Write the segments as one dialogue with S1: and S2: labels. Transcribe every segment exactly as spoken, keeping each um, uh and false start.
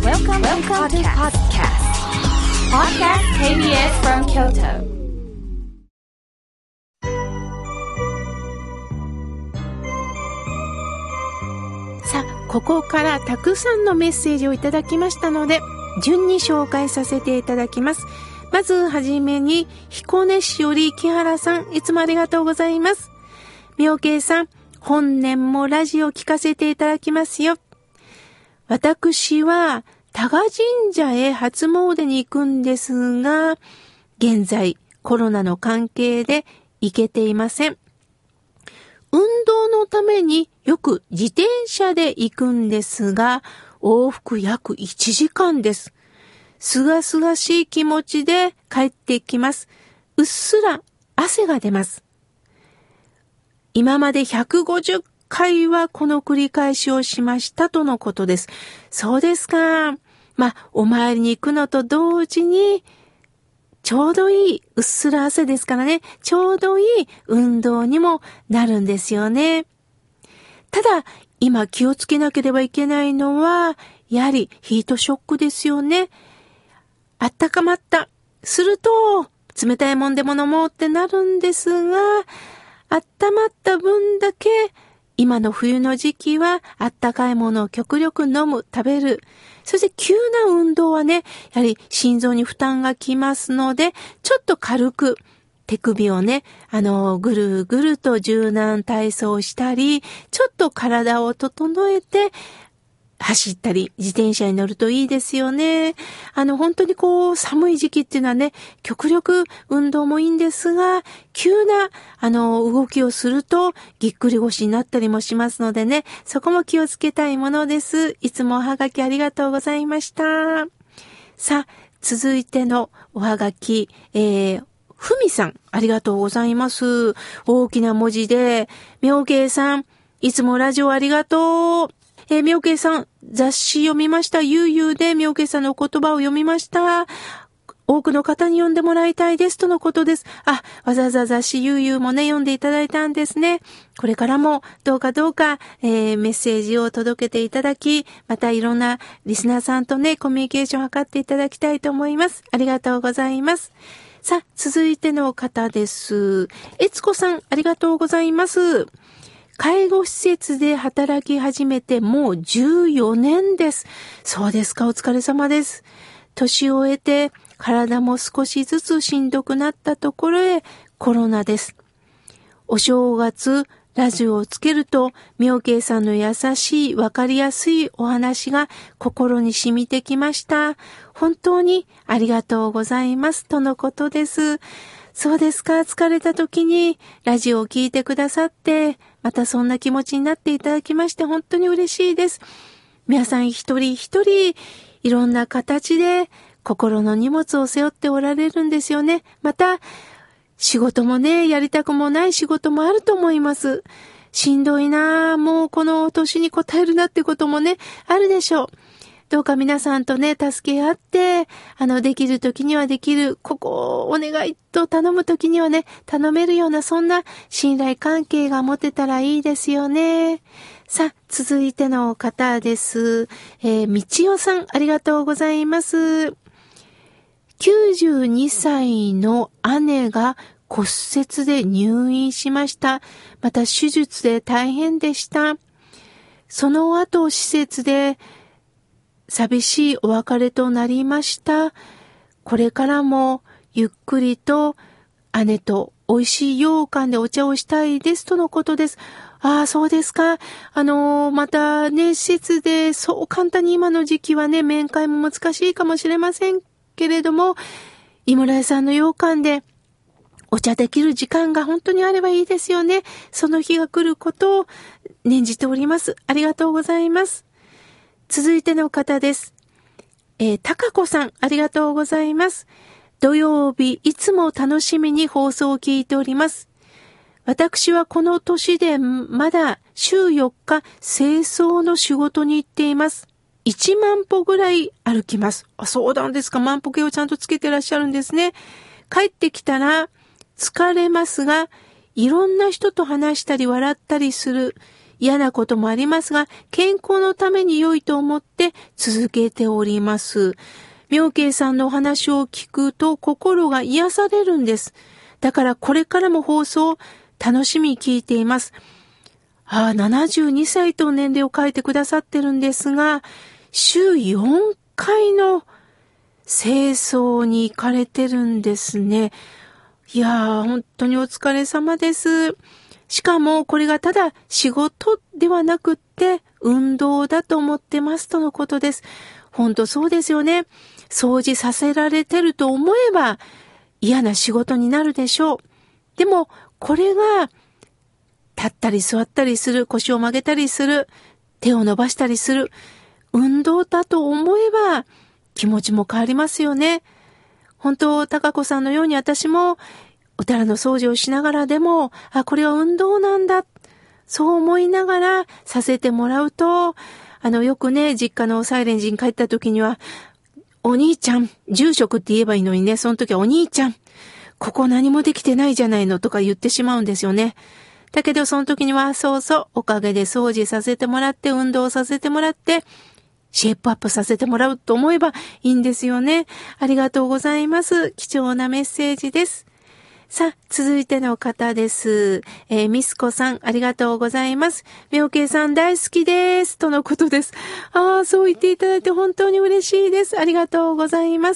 S1: Welcome, Welcome to podcast. Podcast ケービーエス from Kyoto.
S2: さあ、ここからたくさんのメッセージをいただきましたので、順に紹介させていただきます。まずはじめに、彦根市より木原さん、いつもありがとうございます。妙慶さん、本年もラジオ聞かせていただきますよ。私は多賀神社へ初詣に行くんですが、現在コロナの関係で行けていません。運動のためによく自転車で行くんですが、往復約いちじかんです。すがすがしい気持ちで帰ってきます。うっすら汗が出ます。今までひゃくごじゅっかいはこの繰り返しをしましたとのことです。そうですか。まあ、お参りに行くのと同時に、ちょうどいい、うっすら汗ですからね、ちょうどいい運動にもなるんですよね。ただ、今気をつけなければいけないのは、やはりヒートショックですよね。あったかまった。すると、冷たいもんでも飲もうってなるんですが、あったまった分だけ、今の冬の時期はあったかいものを極力飲む、食べる。そして急な運動はね、やはり心臓に負担がきますので、ちょっと軽く手首をね、あの、ぐるぐると柔軟体操をしたり、ちょっと体を整えて、走ったり、自転車に乗るといいですよね。あの、本当にこう、寒い時期っていうのはね、極力運動もいいんですが、急な、あの、動きをすると、ぎっくり腰になったりもしますのでね、そこも気をつけたいものです。いつもおはがきありがとうございました。さあ、続いてのおはがき、えー、ふみさん、ありがとうございます。大きな文字で、妙慶さん、いつもラジオありがとう。えー、妙慶さん、雑誌読みました。ゆうゆうで妙慶さんのお言葉を読みました。多くの方に読んでもらいたいですとのことです。あ、わざわざ雑誌ゆうゆうもね、読んでいただいたんですね。これからもどうかどうか、えー、メッセージを届けていただき、またいろんなリスナーさんとね、コミュニケーションを図っていただきたいと思います。ありがとうございます。さあ、続いての方です。えつこさん、ありがとうございます。介護施設で働き始めてもうじゅうよねんです。そうですか、お疲れ様です。年を終えて体も少しずつしんどくなったところへコロナです。お正月、ラジオをつけると、妙慶さんの優しい、わかりやすいお話が心に染みてきました。本当にありがとうございます。とのことです。そうですか、疲れた時にラジオを聞いてくださって、またそんな気持ちになっていただきまして本当に嬉しいです。皆さん一人一人いろんな形で心の荷物を背負っておられるんですよね。また仕事もね、やりたくもない仕事もあると思います。しんどいなぁ、もうこの年に応えるなってこともね、あるでしょう。どうか皆さんとね、助け合って、あの、できる時にはできる、ここをお願いと頼む時にはね、頼めるような、そんな信頼関係が持てたらいいですよね。さあ、続いての方です。えー、みちおさん、ありがとうございます。きゅうじゅうにさいの姉が骨折で入院しました。また手術で大変でした。その後、施設で、寂しいお別れとなりました。これからもゆっくりと姉と美味しい羊羹でお茶をしたいですとのことです。ああ、そうですか。あのー、またね、施設でそう簡単に今の時期はね、面会も難しいかもしれませんけれども、井村屋さんの羊羹でお茶できる時間が本当にあればいいですよね。その日が来ることを念じております。ありがとうございます。続いての方です。えー、たかこさん、ありがとうございます。土曜日、いつも楽しみに放送を聞いております。私はこの年でまだ週よっか清掃の仕事に行っています。いちまん歩ぐらい歩きます。あ、そうなんですか。万歩計をちゃんとつけてらっしゃるんですね。帰ってきたら疲れますが、いろんな人と話したり笑ったりする。 嫌なこともありますが、健康のために良いと思って続けております。妙慶さんのお話を聞くと心が癒されるんです。だからこれからも放送楽しみに聞いています。ああ、ななじゅうにさいと年齢を書いてくださってるんですが、週よんかいの清掃に行かれてるんですね。いやー、本当にお疲れ様です。しかもこれがただ仕事ではなくって運動だと思ってますとのことです。本当そうですよね。掃除させられてると思えば嫌な仕事になるでしょう。でもこれが立ったり座ったりする、腰を曲げたりする、手を伸ばしたりする運動だと思えば気持ちも変わりますよね。本当、高子さんのように私もお寺の掃除をしながらでも、あ、これは運動なんだ、そう思いながらさせてもらうと、あの、よくね、実家のサイレン寺に帰った時には、お兄ちゃん、住職って言えばいいのにね、その時はお兄ちゃん、ここ何もできてないじゃないのとか言ってしまうんですよね。だけどその時には、そうそう、おかげで掃除させてもらって、運動させてもらって、シェイプアップさせてもらうと思えばいいんですよね。ありがとうございます。貴重なメッセージです。さあ、続いての方です。えー、ミスコさん、ありがとうございます。妙慶さん大好きです。とのことです。ああ、そう言っていただいて本当に嬉しいです。ありがとうございます。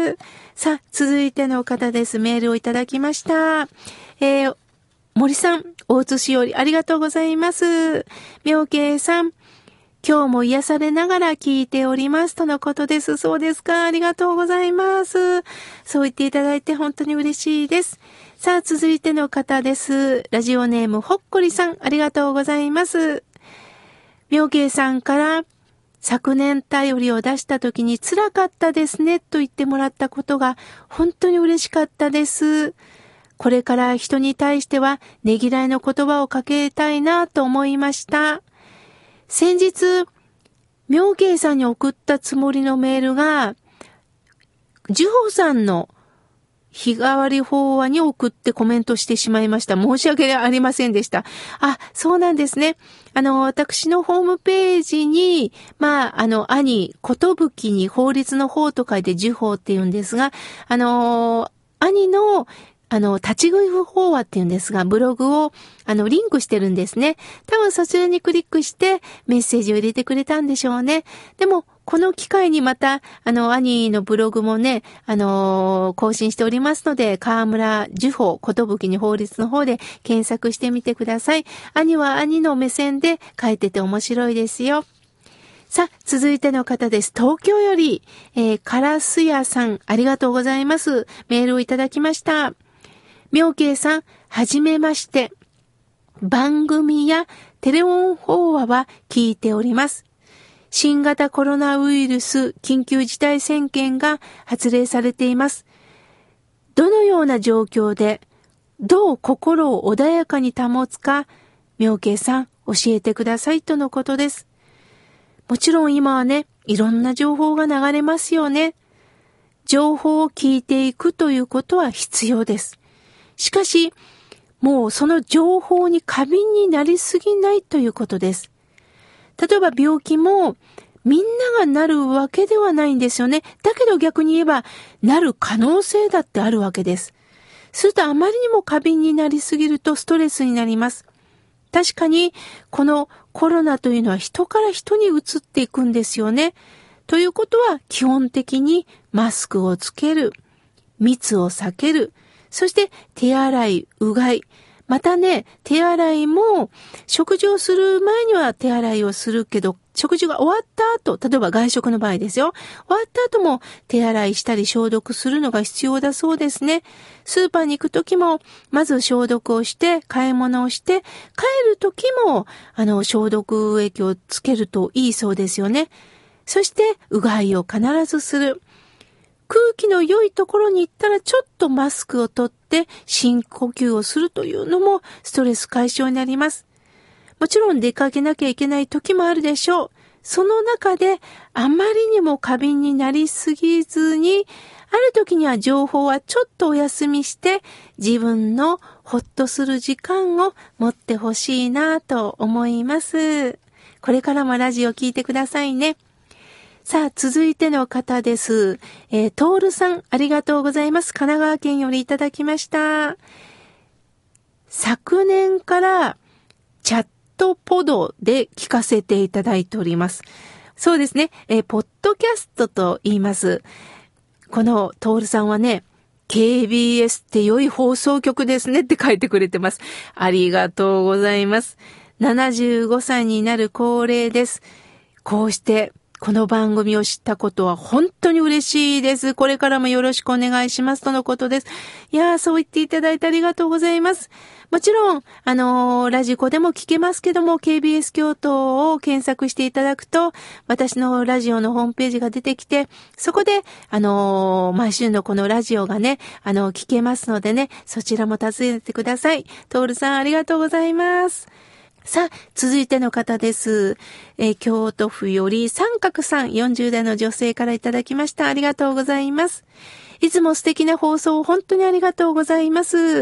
S2: さあ、続いての方です。メールをいただきました。えー、森さん、大津市よりありがとうございます。妙慶さん、今日も癒されながら聞いておりますとのことです。そうですか。ありがとうございます。そう言っていただいて本当に嬉しいです。さあ、続いての方です。ラジオネームほっこりさん、ありがとうございます。妙慶さんから昨年便りを出した時に辛かったですねと言ってもらったことが本当に嬉しかったです。これから人に対してはねぎらいの言葉をかけたいなと思いました。先日、妙慶さんに送ったつもりのメールが、ジュホさんの日替わり法話に送ってコメントしてしまいました。申し訳ありませんでした。あ、そうなんですね。あの、私のホームページに、まあ、あの、兄、ことぶきに法律の法と書いてジュホって言うんですが、あの、兄のあの、立ち食い法話って言うんですが、ブログを、あの、リンクしてるんですね。多分そちらにクリックしてメッセージを入れてくれたんでしょうね。でも、この機会にまた、あの、兄のブログもね、あのー、更新しておりますので、河村樹法、ことぶきに法律の方で検索してみてください。兄は兄の目線で書いてて面白いですよ。さあ、続いての方です。東京より、えー、カラス屋さん、ありがとうございます。メールをいただきました。妙慶さん、はじめまして。番組やテレフォン法話は聞いております。新型コロナウイルス緊急事態宣言が発令されています。どのような状況で、どう心を穏やかに保つか、妙慶さん、教えてくださいとのことです。もちろん今はね、いろんな情報が流れますよね。情報を聞いていくということは必要です。しかし、もうその情報に過敏になりすぎないということです。例えば病気もみんながなるわけではないんですよね。だけど逆に言えばなる可能性だってあるわけです。するとあまりにも過敏になりすぎるとストレスになります。確かにこのコロナというのは人から人に移っていくんですよね。ということは基本的にマスクをつける、密を避ける、そして手洗い、うがい。またね、手洗いも食事をする前には手洗いをするけど、食事が終わった後、例えば外食の場合ですよ。終わった後も手洗いしたり消毒するのが必要だそうですね。スーパーに行くときも、まず消毒をして、買い物をして、帰るときも、あの、消毒液をつけるといいそうですよね。そして、うがいを必ずする。空気の良いところに行ったらちょっとマスクを取って深呼吸をするというのもストレス解消になります。もちろん出かけなきゃいけない時もあるでしょう。 その中であまりにも過敏になりすぎずに、ある時には情報はちょっとお休みして、自分のほっとする時間を持ってほしいなと思います。これからもラジオ聞いてくださいね。さあ、続いての方です。えー、トールさん、ありがとうございます。神奈川県よりいただきました。昨年からチャットポドで聞かせていただいております。そうですね、えー、ポッドキャストと言います。このトールさんはね、ケービーエス って良い放送局ですねって書いてくれてます。ありがとうございます。ななじゅうごさいになる高齢です。こうしてこの番組を知ったことは本当に嬉しいです。これからもよろしくお願いしますとのことです。いやー、そう言っていただいてありがとうございます。もちろん、あのー、ラジコでも聞けますけども、ケービーエス 京都を検索していただくと、私のラジオのホームページが出てきて、そこで、あのー、毎週のこのラジオがね、あのー、聞けますのでね、そちらも訪ねてください。トールさん、ありがとうございます。さあ、続いての方です。えー、京都府より三角さん、よんじゅう代の女性からいただきました。ありがとうございます。いつも素敵な放送を本当にありがとうございます。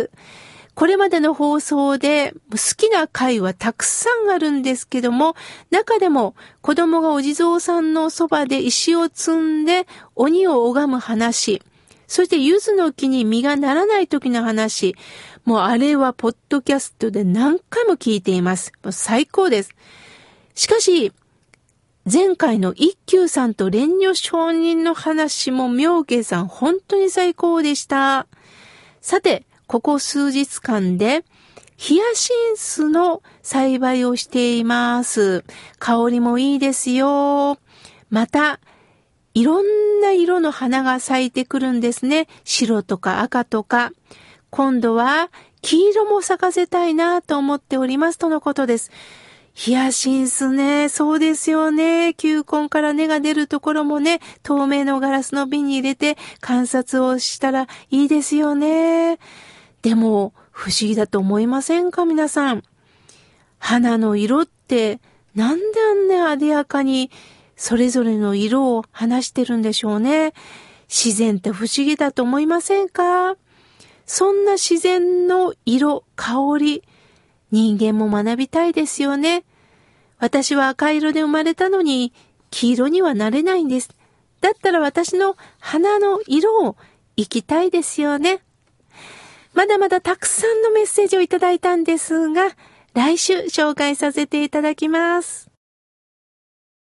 S2: これまでの放送で好きな回はたくさんあるんですけども、中でも子供がお地蔵さんのそばで石を積んで鬼を拝む話、そして柚子の木に実がならない時の話、もうあれはポッドキャストで何回も聞いています。もう最高です。しかし、前回の一休さんと蓮如上人の話も妙慶さん本当に最高でした。さて、ここ数日間でヒヤシンスの栽培をしています。香りもいいですよ。また、いろんな色の花が咲いてくるんですね。白とか赤とか。今度は黄色も咲かせたいなと思っておりますとのことです。ヒヤシンスね、そうですよね。球根から根が出るところもね、透明のガラスの瓶に入れて観察をしたらいいですよね。でも不思議だと思いませんか皆さん。花の色ってなんであんな艶やかにそれぞれの色を話してるんでしょうね。自然って不思議だと思いませんか？そんな自然の色、香り、人間も学びたいですよね。私は赤色で生まれたのに黄色にはなれないんです。だったら私の花の色を生きたいですよね。まだまだたくさんのメッセージをいただいたんですが、来週紹介させていただきます。